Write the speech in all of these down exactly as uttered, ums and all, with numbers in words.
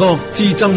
惡之爭。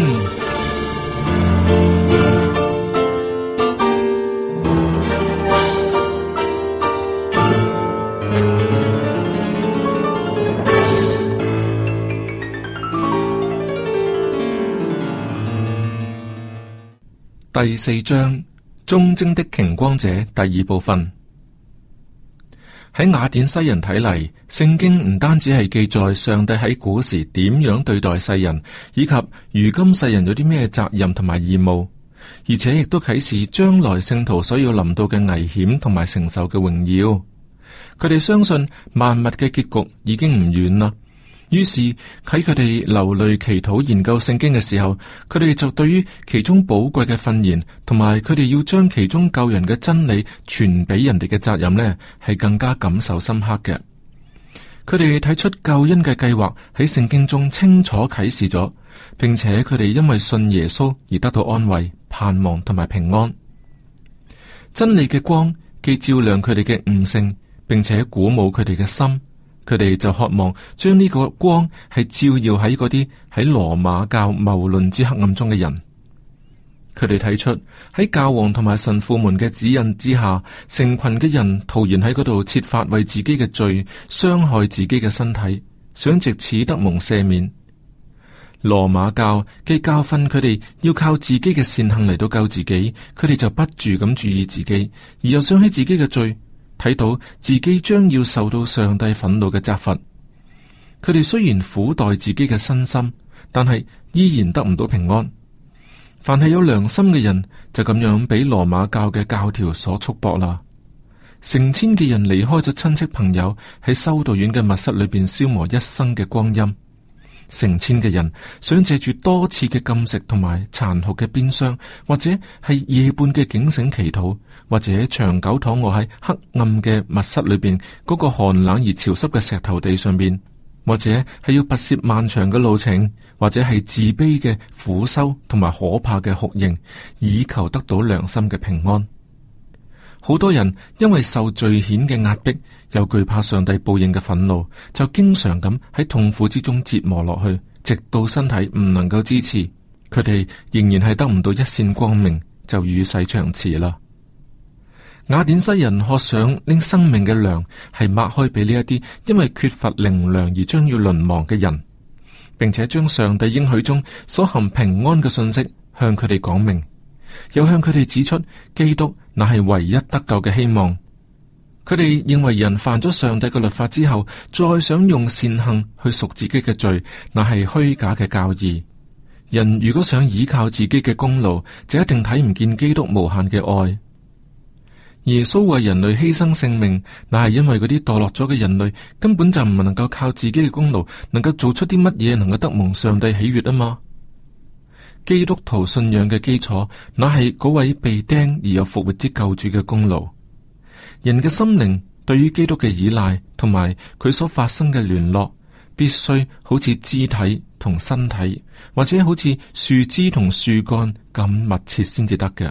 第四章，忠貞的擎光者，第二部分。喺雅典西人睇嚟，聖經唔單止係記載上帝喺古時點樣對待世人，以及如今世人有啲咩責任同埋義務，而且亦都啟示將來聖徒所要臨到嘅危險同埋承受嘅榮耀。佢哋相信萬物嘅結局已經唔遠啦。於是喺佢哋流淚祈禱研究聖經嘅時候，佢哋就對於其中寶貴嘅訓言，同埋佢哋要將其中救人嘅真理傳俾人哋嘅責任呢，係更加感受深刻嘅。佢哋睇出救恩嘅計劃喺聖經中清楚啟示咗，並且佢哋因為信耶穌而得到安慰、盼望同埋平安。真理嘅光既照亮佢哋嘅悟性，並且鼓舞佢哋嘅心。佢哋就渴望將呢個光係照耀喺嗰啲喺羅馬教謬論之黑暗中嘅人。佢哋睇出喺教皇同埋神父們嘅指引之下，成群嘅人徒然喺嗰度設法為自己嘅罪傷害自己嘅身體，想借此得蒙赦免。羅馬教既教訓佢哋要靠自己嘅善行嚟到救自己，佢哋就不住咁注意自己，而又想起自己嘅罪，睇到自己將要受到上帝憤怒嘅責罰。佢哋雖然苦待自己嘅身心，但係依然得唔到平安。凡係有良心嘅人就咁樣俾羅馬教嘅教條所束縛啦。成千嘅人離開咗親戚朋友，喺修道院嘅密室裏邊消磨一生嘅光陰。成千嘅人想借住多次嘅禁食同埋殘酷嘅鞭傷，或者係夜半嘅警醒祈禱，或者長久躺臥喺黑暗嘅密室裏邊嗰個寒冷而潮濕嘅石頭地上邊，或者係要跋涉漫長嘅路程，或者係自卑嘅苦修同埋可怕嘅酷刑，以求得到良心嘅平安。好多人因為受罪愆嘅壓迫，又懼怕上帝報應嘅憤怒，就經常咁喺痛苦之中折磨落去，直到身體唔能夠支持，佢哋仍然係得唔到一線光明，就與世長辭啦。雅典西人渴想拎生命嘅糧，係擘開俾呢一啲因為缺乏靈糧而將要淪亡嘅人，並且將上帝應許中所含平安嘅信息向佢哋講明，又向佢哋指出基督那係唯一得救嘅希望。佢哋認為人犯咗上帝嘅律法之後，再想用善行去贖自己嘅罪，那係虛假嘅教義。人如果想依靠自己嘅功勞，就一定睇唔見基督無限嘅愛。耶穌為人類犧牲性命，那係因為嗰啲墮落咗嘅人類根本就唔能夠靠自己嘅功勞，能夠做出啲乜嘢能夠得蒙上帝喜悅啊嘛。基督徒信仰嘅基礎，那係嗰位被釘而又復活之救主嘅功勞。人嘅心靈對於基督嘅依賴，同埋佢所發生嘅聯絡，必須好似肢體同身體，或者好似樹枝同樹幹咁密切先至得嘅。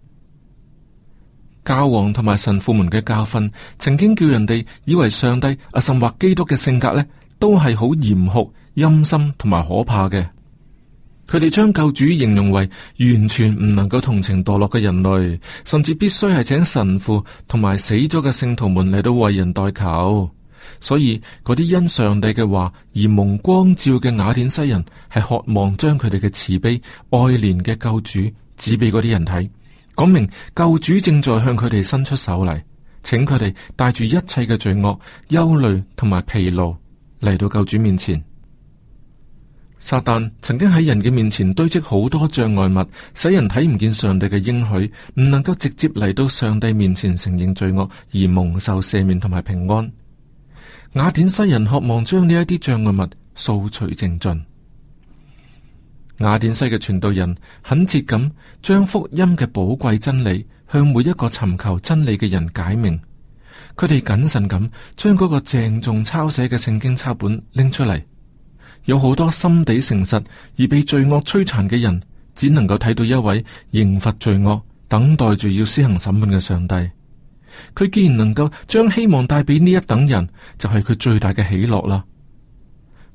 教皇同埋神父們嘅教訓，曾經叫人哋以為上帝啊，甚或基督嘅性格呢，都係好嚴酷、陰森同埋可怕嘅。佢哋將救主形容為完全唔能夠同情墮落嘅人類，甚至必須係請神父同埋死咗嘅聖徒們嚟到為人代求。所以嗰啲因上帝嘅話而蒙光照嘅雅典西人，係渴望將佢哋嘅慈悲愛憐嘅救主指俾嗰啲人睇，講明救主正在向佢哋伸出手嚟，請佢哋帶住一切嘅罪惡、憂慮同埋疲勞嚟到救主面前。撒旦曾經喺人嘅面前堆積好多障礙物，使人睇唔見上帝嘅應許，唔能夠直接嚟到上帝面前承認罪惡而蒙受赦免同埋平安。雅典西人渴望將呢一啲障礙物掃除淨盡。雅典西嘅傳道人懇切咁將福音嘅寶貴真理向每一個尋求真理嘅人解明。佢哋謹慎咁將嗰個鄭重抄寫嘅聖經抄本拎出嚟。有好多心地誠實而被罪惡摧殘嘅人，只能夠睇到一位刑罰罪惡、等待住要施行審判嘅上帝。佢既然能夠將希望帶俾呢一等人，就係佢最大嘅喜樂啦。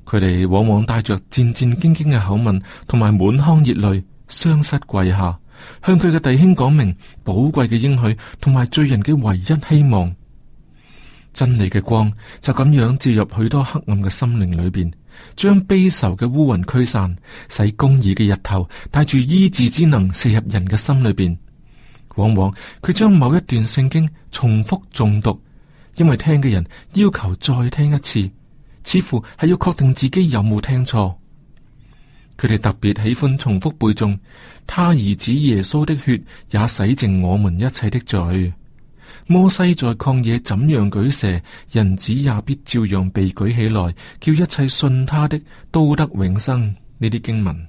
佢哋往往帶着戰戰兢兢嘅口吻，同埋滿腔熱淚，雙膝跪下，向佢嘅弟兄講明寶貴嘅應許，同埋罪人嘅唯一希望。真理嘅光就咁樣照入許多黑暗嘅心靈裏邊，將悲愁嘅烏雲驅散，使公義嘅日頭帶住醫治之能射入人嘅心裏邊。往往佢將某一段聖經重複誦讀，因為聽嘅人要求再聽一次，似乎係要確定自己有冇聽錯。佢哋特別喜歡重複背誦他兒子耶穌的血也洗淨我們一切的罪。摩西在曠野怎樣舉蛇，人子也必照樣被舉起來，叫一切信他的都得永生。呢啲經文，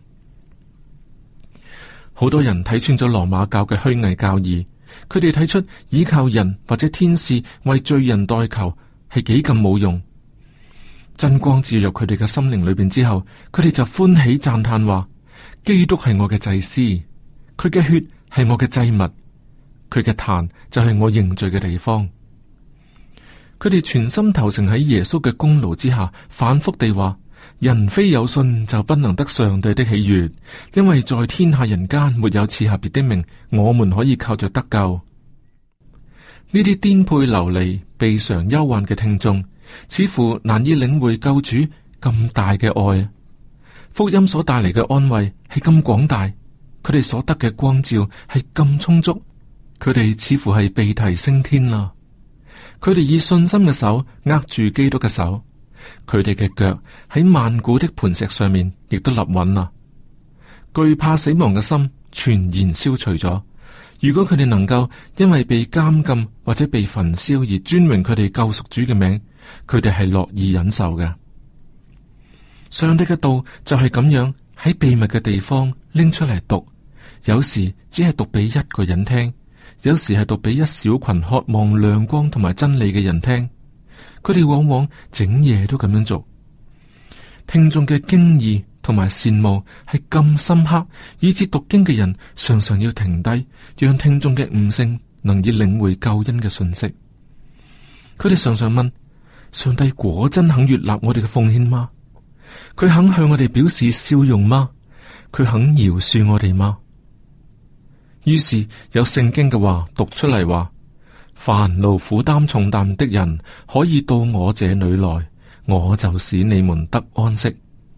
好多人睇穿咗羅馬教嘅虛偽教義，佢哋睇出依靠人或者天使為罪人代求係幾咁冇用。真光照入佢哋嘅心靈裏邊之後，佢哋就歡喜讚嘆話：基督係我嘅祭司，佢嘅血係我嘅祭物，佢嘅壇就係我認罪嘅地方。佢哋全心投誠喺耶穌嘅功勞之下，反覆地話：人非有信就不能得上帝的喜悅，因為在天下人間沒有賜下別的名，我們可以靠着得救。呢啲顛沛流離、備嘗憂患嘅聽眾，似乎難以領會救主咁大嘅愛。福音所帶嚟嘅安慰係咁廣大，佢哋所得嘅光照係咁充足，佢哋似乎係被提升天啦。佢哋以信心嘅手握住基督嘅手，佢哋嘅腳喺萬古的磐石上面亦都立穩啦。懼怕死亡嘅心全然消除咗。如果佢哋能夠因為被監禁或者被焚燒而尊榮佢哋救贖主嘅名，佢哋係樂意忍受嘅。上帝嘅道就係咁樣喺秘密嘅地方拎出嚟讀，有時只係讀俾一個人聽，有時係讀俾一小群渴望亮光同埋真理嘅人聽。佢哋往往整夜都咁樣做。聽眾嘅驚異同埋羨慕係咁深刻，以致讀經嘅人常常要停低，讓聽眾嘅悟性能以領會救恩嘅信息。佢哋常常問：上帝果真肯悅納我哋嘅奉獻嗎？佢肯向我哋表示笑容嗎？佢肯饒恕我哋嗎？於是有聖經嘅話讀出嚟話：凡勞苦擔重擔的人可以到我這裏來，我就使你們得安息。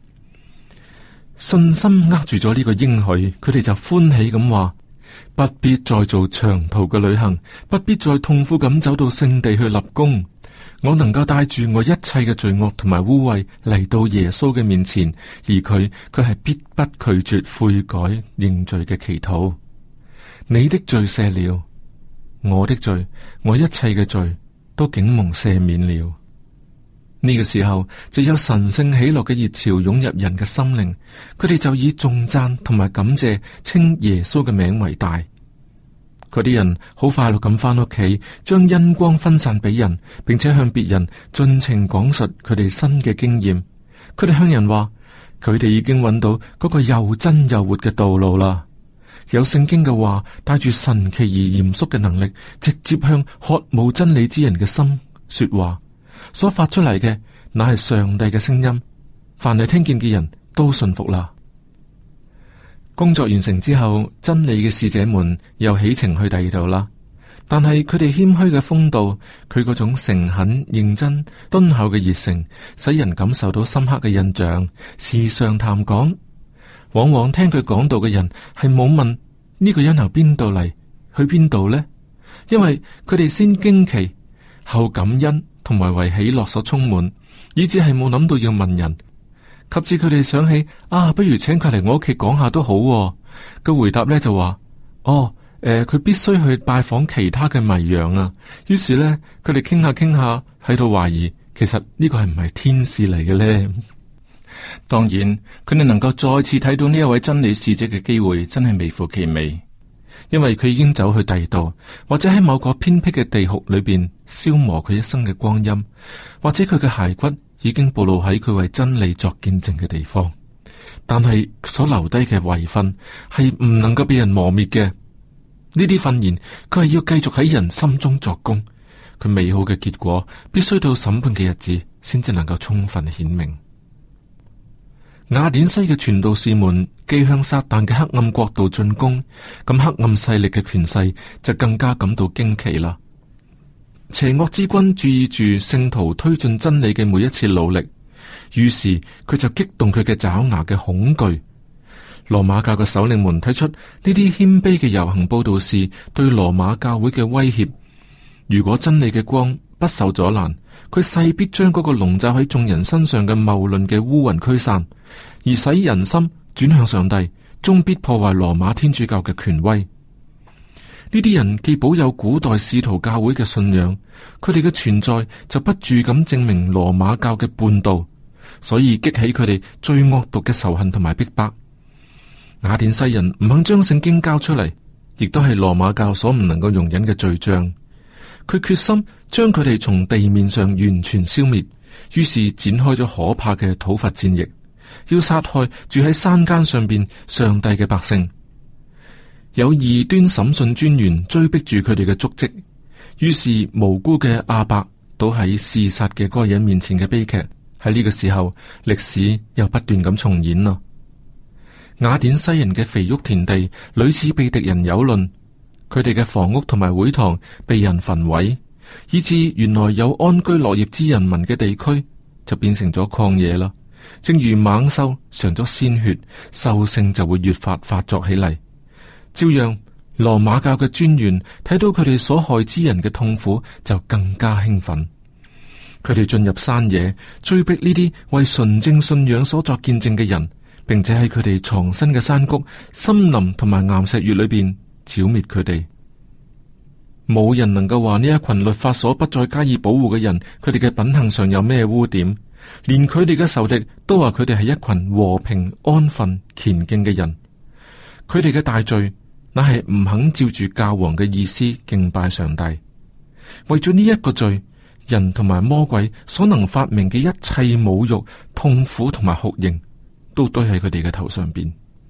信心握住咗呢個應許，佢哋就歡喜咁話：不必再做長途嘅旅行，不必再痛苦咁走到聖地去立功。我能夠帶住我一切嘅罪惡同埋污穢嚟到耶穌嘅面前，而佢佢係必不拒絕悔改認罪嘅祈禱。你的罪赦了，我的罪，我一切嘅罪都竟蒙赦免了。呢個時候就有神聖喜樂嘅熱潮湧入人嘅心靈，佢哋就以頌讚同埋感謝稱耶穌嘅名為大。嗰啲人好快樂咁翻屋企，將恩光分散俾人，並且向別人盡情講述佢哋新嘅經驗。佢哋向人話，佢哋已經揾到嗰個又真又活嘅道路啦。有聖經嘅話帶住神奇而嚴肅嘅能力，直接向渴慕真理之人嘅心說話。所發出嚟嘅，乃係上帝嘅聲音。凡係聽見嘅人都信服啦。工作完成之後，真理嘅使者們又起程去第二度啦。但係佢哋謙虛嘅風度，佢嗰種誠懇、認真、敦厚嘅熱誠，使人感受到深刻嘅印象。時常談講，往往聽佢講道嘅人係冇問呢個人由邊度嚟，去邊度呢？因為佢哋先驚奇，後感恩。同埋為喜樂所充滿，以至係冇諗到要問人。及至佢哋想起啊，不如請佢嚟我屋企講下都好喎。個回答呢就話：哦，誒、呃，佢必須去拜訪其他嘅迷羊啊。於是呢，佢哋傾下傾下，喺度懷疑，其實呢個係唔係天使嚟嘅呢？當然，佢哋能夠再次睇到呢一位真理使者嘅機會，真係微乎其微。因為佢已經走去第二度，或者喺某個偏僻嘅地獄裏邊消磨佢一生嘅光陰，或者佢嘅骸骨已經暴露喺佢為真理作見證嘅地方。但係所留低嘅遺訓係唔能夠被人磨滅嘅。呢啲訓言佢係要繼續喺人心中作工，佢美好嘅結果必須到審判嘅日子先至能夠充分顯明。 雅典西嘅傳道士們既向撒旦嘅黑暗國度進攻，咁黑暗勢力嘅權勢就更加感到驚奇啦。邪惡之君注意住聖徒推進真理嘅每一次努力，於是佢就激動佢嘅爪牙嘅恐懼。羅馬教嘅首領們睇出呢啲謙卑嘅遊行佈道士對羅馬教會嘅威脅，如果真理嘅光不受阻攔，佢勢必將嗰個籠罩喺眾人身上嘅謬論嘅烏雲驅散，而使人心轉向上帝，終必破壞羅馬天主教嘅權威。呢啲人既保有古代使徒教會嘅信仰，佢哋嘅存在就不住咁證明羅馬教嘅叛道，所以激起佢哋最惡毒嘅仇恨同埋逼迫。雅典西人唔肯將聖經交出嚟，亦都係羅馬教所唔能夠容忍嘅罪障。佢決心將佢哋從地面上完全消滅，於是展開咗可怕嘅討伐戰役，要殺害住喺山間上邊上帝嘅百姓。有異端審訊專員追逼住佢哋嘅足跡，於是無辜嘅亞伯倒喺弒殺嘅該人面前嘅悲劇，喺呢個時候歷史又不斷咁重演啦。雅典西人嘅肥沃田地屢次被敵人蹂躪，佢哋嘅房屋同埋會堂被人焚毀，以致原來有安居樂業之人民嘅地區就變成咗曠野啦。正如猛獸嘗咗鮮血，獸性就會越發發作起嚟。照樣，羅馬教嘅專員睇到佢哋所害之人嘅痛苦，就更加興奮。佢哋進入山野，追逼呢啲為純正信仰所作見證嘅人，並且喺佢哋藏身嘅山谷、森林同埋岩石穴裏邊剿滅佢哋。冇人能夠話呢一群律法所不再加以保護嘅人，佢哋嘅品行上有咩污點？連佢哋嘅仇敵都話佢哋係一群和平、安分、虔敬嘅人。佢哋嘅大罪，乃係唔肯照住教皇嘅意思敬拜上帝。為咗呢一個罪，人同埋魔鬼所能發明嘅一切侮辱、痛苦同埋酷刑，都堆喺佢哋嘅頭上邊。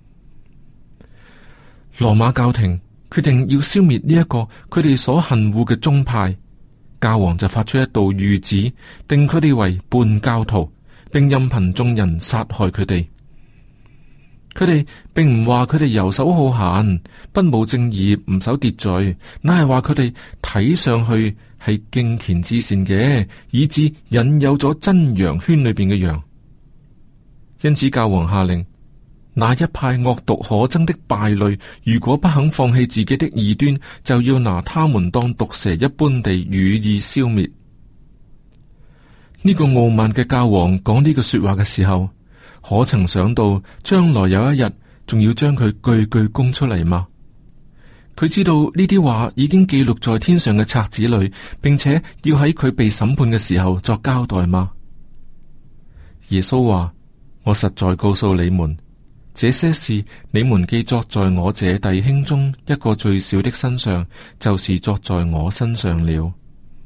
羅馬教廷決定要消滅呢一個佢哋所恨惡嘅宗派，教皇就發出一道諭旨，定佢哋為叛教徒，並任憑眾人殺害佢哋。佢哋並唔話佢哋游手好閒、不務正業、唔守秩序，乃係話佢哋睇上去係敬虔至善嘅，以致引誘咗真羊圈裏邊嘅羊。因此教皇下令，那一派惡毒可憎的敗類，如果不肯放棄自己的異端，就要拿他們當毒蛇一般地予以消滅。呢個傲慢嘅教皇講呢個說話嘅時候，可曾想到將來有一日仲要將佢句句供出嚟嗎？佢知道呢啲話已經記錄在天上嘅冊子裏，並且要喺佢被審判嘅時候作交代嗎？耶穌話：我實在告訴你們，這些事你們既作在我這弟兄中一個最小的身上，就是作在我身上了。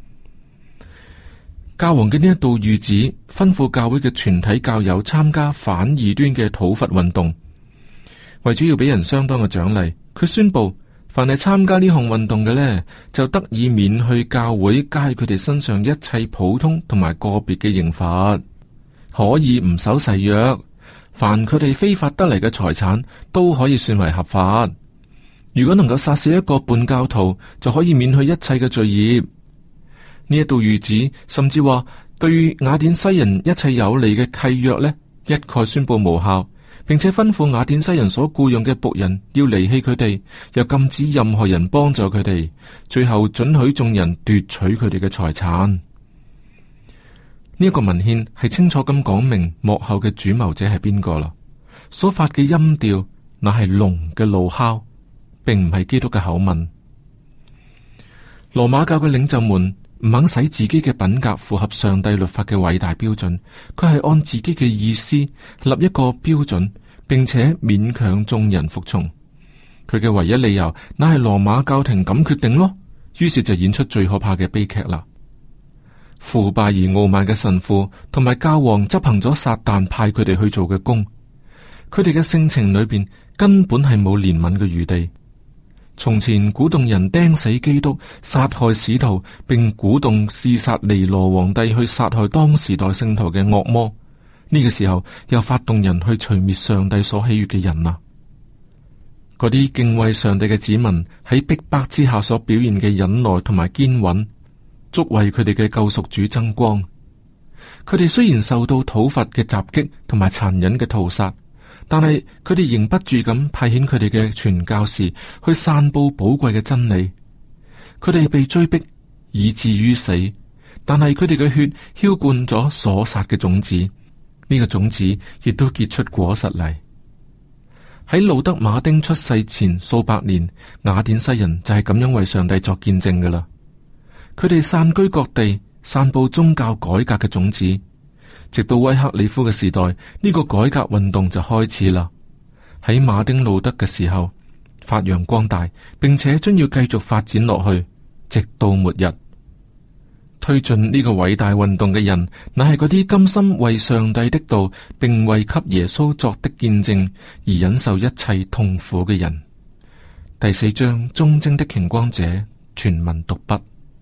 教皇嘅呢一道諭旨，吩咐教會嘅全體教友參加反異端嘅討伐運動。為咗要俾人相當嘅獎勵，佢宣布，凡係參加呢項運動嘅呢，就得以免去教會加喺佢哋身上一切普通同埋個別嘅刑罰，可以唔守誓約。凡佢哋非法得嚟嘅財產，都可以算為合法。如果能夠殺死一個叛教徒，就可以免去一切嘅罪孽。呢一道諭旨，甚至話對於雅典西人一切有利嘅契約呢，一概宣布無效，並且吩咐雅典西人所僱傭嘅僕人要離棄佢哋，又禁止任何人幫助佢哋，最後准許眾人奪取佢哋嘅財產。呢、這、一個文獻係清楚咁講明幕後嘅主謀者係邊個啦，所發嘅音調那係龍嘅怒哮，並唔係基督嘅口吻。羅馬教嘅領袖們唔肯使自己嘅品格符合上帝律法嘅偉大標準，佢係按自己嘅意思立一個標準，並且勉強眾人服從。佢嘅唯一理由，乃係羅馬教廷咁決定咯。於是就演出最可怕嘅悲劇啦。腐敗而傲慢嘅神父同埋教皇執行咗撒旦派佢哋去做嘅工，佢哋嘅性情裏邊根本係冇憐憫嘅餘地。從前鼓動人釘死基督、殺害使徒，並鼓動示撒尼羅皇帝去殺害當時代聖徒嘅惡魔， 呢個時候又發動人去除滅上帝所喜悅嘅人啊！嗰啲敬畏上帝嘅子民喺逼迫之下所表現嘅忍耐同埋堅穩，足為佢哋嘅救贖主爭光。佢哋雖然受到討伐嘅襲擊同埋殘忍嘅屠殺，但係佢哋仍不住咁派遣佢哋嘅傳教士去散布寶貴嘅真理。佢哋被追逼以至於死，但係佢哋嘅血澆灌咗所撒嘅種子，呢、這個種子亦都結出果實嚟。喺路德馬丁出世前數百年，雅典西人就係咁樣為上帝作見證噶啦。佢哋散居各地，散布宗教改革嘅種子，直到威克里夫嘅時代，呢、這個改革運動就開始啦。喺馬丁路德嘅時候發揚光大，並且將要繼續發展落去，直到末日。推進呢個偉大運動嘅人，乃係嗰啲甘心為上帝的道，並為給耶穌作的見證而忍受一切痛苦嘅人。第四章，忠貞的擎光者，全文讀畢。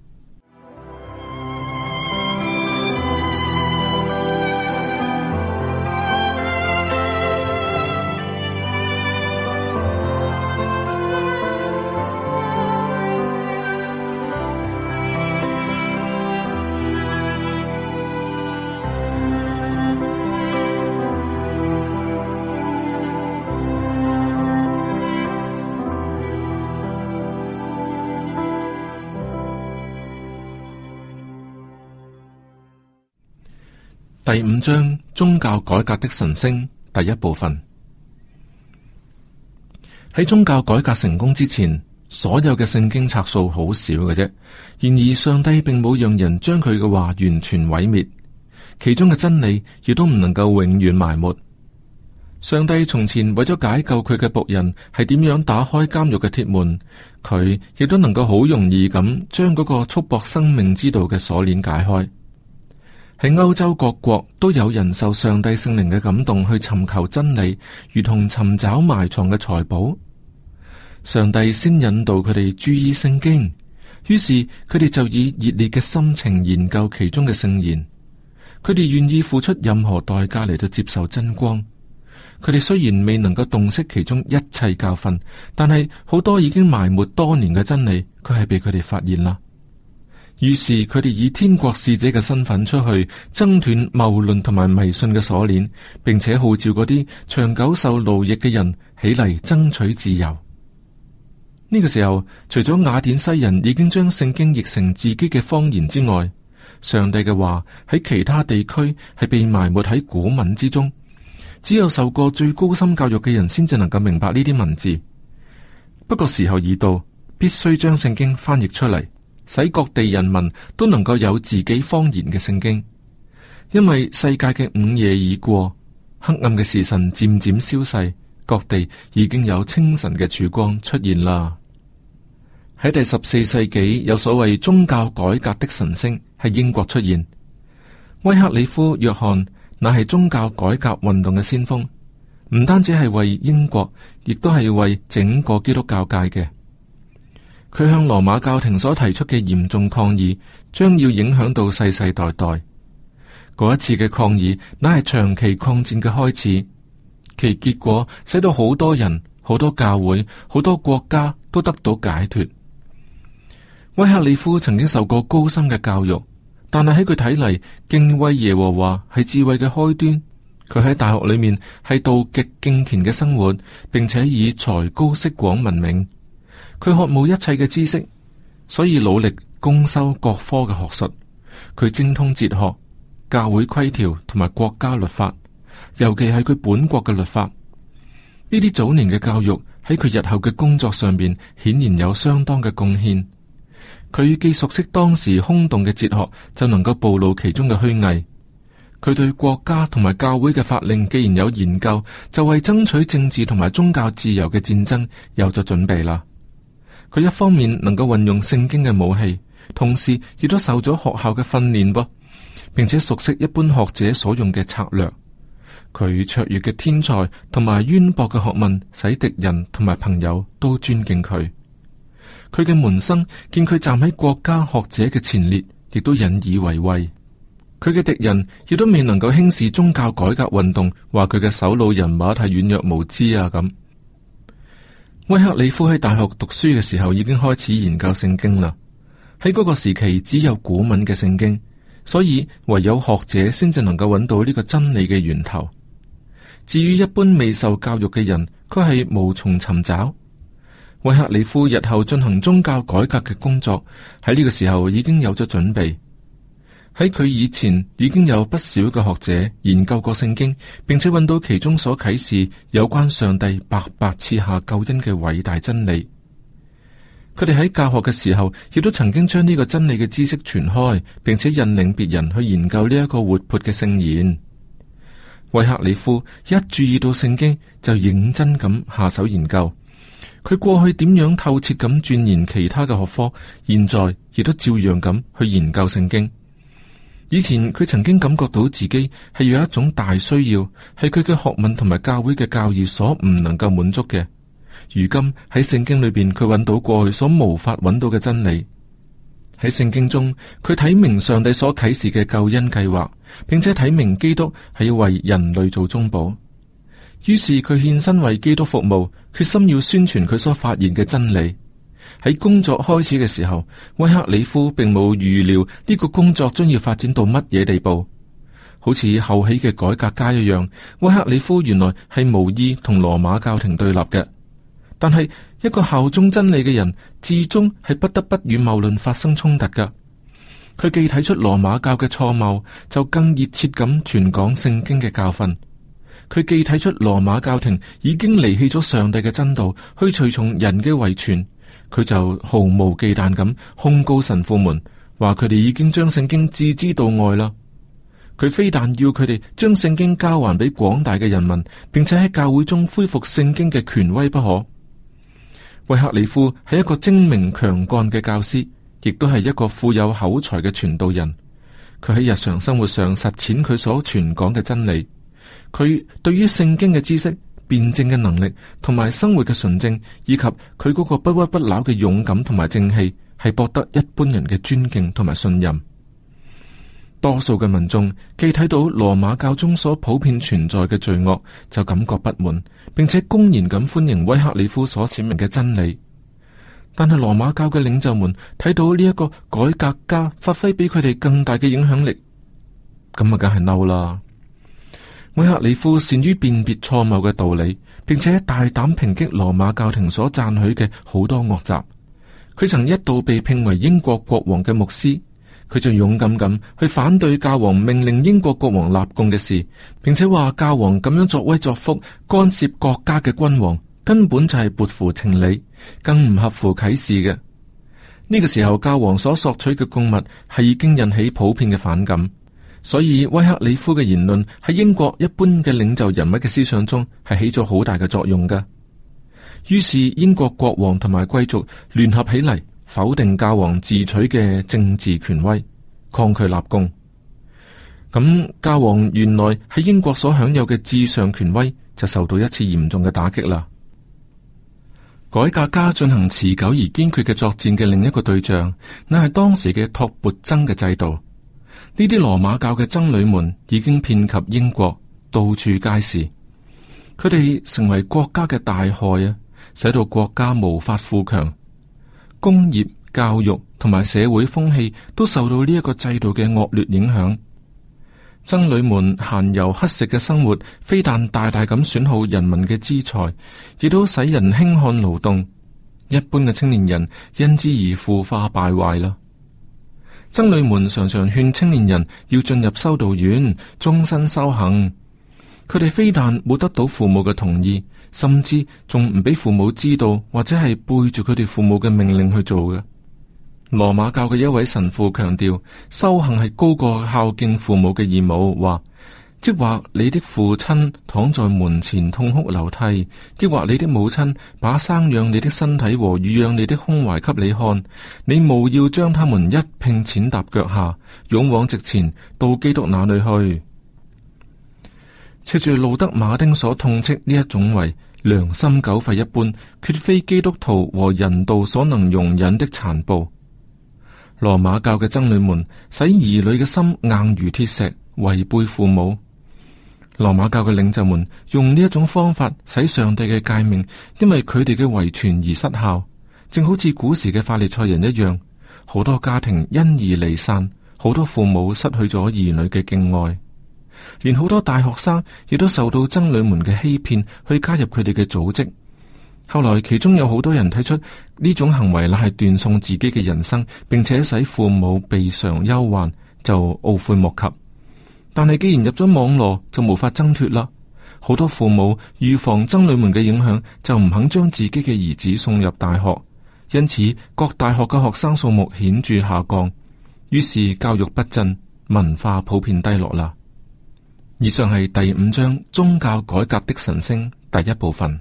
第五章，宗教改革的神星，第一部分。喺宗教改革成功之前，所有嘅聖經冊數好少嘅啫。然而上帝並冇讓人將佢嘅話完全毀滅，其中嘅真理亦都唔能夠永遠埋沒。上帝從前為咗解救佢嘅僕人係點樣打開監獄嘅鐵門，佢亦都能夠好容易咁將嗰個束縛生命之道嘅鎖鏈解開。喺歐洲各國都有人受上帝聖靈嘅感動去尋求真理，如同尋找埋藏嘅財寶。上帝先引導佢哋注意聖經，於是佢哋就以熱烈嘅心情研究其中嘅聖言。佢哋願意付出任何代價嚟到接受真光。佢哋雖然未能夠洞悉其中一切教訓，但係好多已經埋沒多年嘅真理，佢係被佢哋發現啦。於是佢哋以天國使者嘅身份出去，掙斷謬論同埋迷信嘅鎖鏈，並且號召嗰啲長久受奴役嘅人起嚟爭取自由。呢個時候，除咗雅典西人已經將聖經譯成自己嘅方言之外，上帝嘅話喺其他地區係被埋沒喺古文之中，只有受過最高深教育嘅人先至能夠明白呢啲文字。不過時候已到，必須將聖經翻譯出嚟，使各地人民都能夠有自己方言嘅聖經。因為世界嘅午夜已過，黑暗嘅時辰漸漸消逝，各地已經有清晨嘅曙光出現啦。喺第十四世紀，有所謂宗教改革的神星喺英國出現。威克里夫約翰乃係宗教改革運動嘅先鋒，唔單止係為英國，亦都係為整個基督教界嘅。佢向羅馬教廷所提出嘅嚴重抗議，將要影響到世世代代。嗰一次嘅抗議，乃係長期抗戰嘅開始，其結果使到好多人、好多教會、好多國家都得到解脫。威克里夫曾經受過高深嘅教育，但係喺佢睇嚟，敬畏耶和華係智慧嘅開端。佢喺大學裏面係度極敬虔嘅生活，並且以才高識廣聞名。佢渴慕一切嘅知識，所以努力攻修各科嘅學術。佢精通哲學、教會規條同埋國家律法，尤其係佢本國嘅律法。呢啲早年嘅教育喺佢日後嘅工作上邊顯然有相當嘅貢獻。佢既熟悉當時空洞嘅哲學，就能夠暴露其中嘅虛偽。佢對國家同埋教會嘅法令既然有研究，就為爭取政治同埋宗教自由嘅戰爭有咗準備啦。佢一方面能夠運用聖經嘅武器，同時亦都受咗學校嘅訓練噃，並且熟悉一般學者所用嘅策略。佢卓越嘅天才同埋淵博嘅學問，使敵人同埋朋友都尊敬佢。佢嘅門生見佢站喺國家學者嘅前列，亦都引以為畏。 佢嘅敵人亦都未能夠輕視宗教改革運動，話佢嘅首腦人物係軟弱無知啊咁。威克里夫喺大學讀書嘅時候已經開始研究聖經啦。喺嗰個時期只有古文嘅聖經，所以唯有學者先至能夠揾到呢個真理嘅源頭。至於一般未受教育嘅人，佢係無從尋找。威克里夫日後進行宗教改革嘅工作，喺呢個時候已經有咗準備。喺佢以前已經有不少嘅學者研究過聖經，並且揾到其中所啟示有關上帝白白賜下救恩嘅偉大真理。佢哋喺教學嘅時候，亦都曾經將呢個真理嘅知識傳開，並且引領別人去研究呢一個活潑嘅聖言。威克里夫一注意到聖經，就認真咁下手研究。佢過去點樣透徹咁鑽研其他嘅學科，現在亦都照樣咁去研究聖經。以前佢曾經感覺到自己係有一種大需要，係佢嘅學問同埋教會嘅教義所唔能夠滿足嘅。如今喺聖經裏邊，佢揾到過去所無法揾到嘅真理。喺聖經中，佢睇明上帝所啟示嘅救恩計劃，並且睇明基督係要為人類做中保。於是佢獻身為基督服務，決心要宣傳佢所發現嘅真理。喺工作開始嘅時候，威克里夫並冇預料呢個工作將要發展到乜嘢地步。好似後起嘅改革家一樣，威克里夫原來係無意同羅馬教廷對立嘅。但係一個效忠真理嘅人，至終係不得不與謬論發生衝突噶。佢既睇出羅馬教嘅錯謬，就更熱切咁傳講聖經嘅教訓。佢既睇出羅馬教廷已經離棄咗上帝嘅真道，去隨從人嘅遺傳，佢就毫無忌憚咁控告神父們，話佢哋已經將聖經置之度外啦。佢非但要佢哋將聖經交還俾廣大嘅人民，並且喺教會中恢復聖經嘅權威不可。威克里夫係一個精明強幹嘅教師，亦都係一個富有口才嘅傳道人。佢喺日常生活上實踐佢所傳講嘅真理。佢對於聖經嘅知識、辯證嘅能力，同埋生活嘅純正，以及佢嗰個不屈不撓嘅勇敢同埋正氣，係博得一般人嘅尊敬同埋信任。多數嘅民眾既睇到羅馬教中所普遍存在嘅罪惡，就感覺不滿，並且公然咁歡迎威克里夫所闡明嘅真理。但係羅馬教嘅領袖們睇到呢一個改革家發揮比佢哋更大嘅影響力，咁啊，梗係嬲啦！威克里夫善於辨別錯謬嘅道理，並且大膽抨擊羅馬教廷所讚許嘅好多惡習。佢曾一度被聘為英國國王嘅牧師。佢就勇敢咁去反對教皇命令英國國王納貢嘅事，並且話教皇咁樣作威作福、干涉國家嘅君王，根本就係悖乎情理，更唔合乎啟示嘅。呢個時候，教皇所索取嘅貢物係已經引起普遍嘅反感，所以威克里夫嘅言論喺英國一般嘅領袖人物嘅思想中係起咗好大嘅作用噶。於是英國國王同埋貴族聯合起嚟，否定教皇自取嘅政治權威，抗拒納貢。咁教皇原來喺英國所享有嘅至上權威就受到一次嚴重嘅打擊啦。改革家進行持久而堅決嘅作戰嘅另一個對象，乃係當時嘅托缽僧嘅制度。呢啲羅馬教嘅僧侶們已經遍及英國，到處皆是。佢哋成為國家嘅大害啊，使到國家無法富強。工業、教育同埋社會風氣都受到呢一個制度嘅惡劣影響。僧侶們閒遊乞食嘅生活，非但大大咁損耗人民嘅資財，亦都使人輕看勞動。一般嘅青年人因之而腐化敗壞啦。僧侶們常常勸青年人要進入修道院，終身修行。佢哋非但冇得到父母嘅同意，甚至仲唔俾父母知道，或者係背住佢哋父母嘅命令去做嘅。羅馬教嘅一位神父強調，修行係高過孝敬父母嘅義務，話即或你的父親躺在門前痛哭流涕，即或你的母親把生養你的身體和乳養你的胸懷給你看，你務要將他們一併踐踏腳下，勇往直前到基督那裏去。藉住路德馬丁所痛斥呢一種為良心狗吠一般，絕非基督徒和人道所能容忍的殘暴。 羅馬教嘅僧侶們使兒女嘅心硬如鐵石，違背父母。羅馬教嘅領袖們用呢一種方法使上帝嘅誡命因為佢哋嘅遺傳而失效，正好似古時嘅法利賽人一樣。好多家庭因而離散，好多父母失去咗兒女嘅敬愛，連好多大學生亦都受到僧侶們嘅欺騙去加入佢哋嘅組織。後來其中有好多人睇出呢種行為乃係斷送自己嘅人生，並且使父母備嘗憂患，就懊悔莫及。但係既然入咗網羅，就無法掙脫啦。好多父母預防僧侶們嘅影響，就唔肯將自己嘅兒子送入大學，因此各大學嘅學生數目顯著下降，於是教育不振，文化普遍低落啦。以上係第五章宗教改革的晨星第一部分。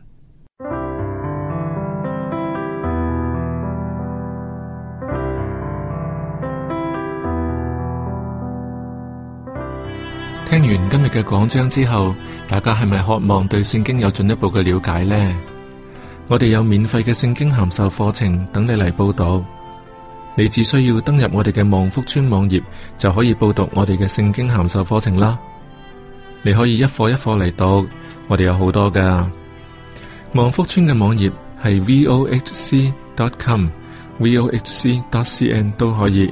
聽完今日嘅講章之後，大家係咪渴望對聖經有進一步嘅了解呢？我哋有免費嘅聖經函授課程等你嚟報讀，你只需要登入我哋嘅望福村網頁就可以報讀我哋嘅聖經函授課程啦。你可以一課一課嚟讀，我哋有好多噶。望福村嘅網頁係 vohc dot com、vohc dot cn 都可以。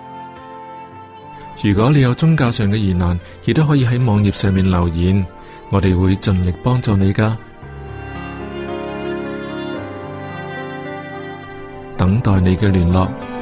如果你有宗教上嘅疑難，亦都可以喺網頁上面留言，我哋會盡力幫助你噶。等待你嘅聯絡。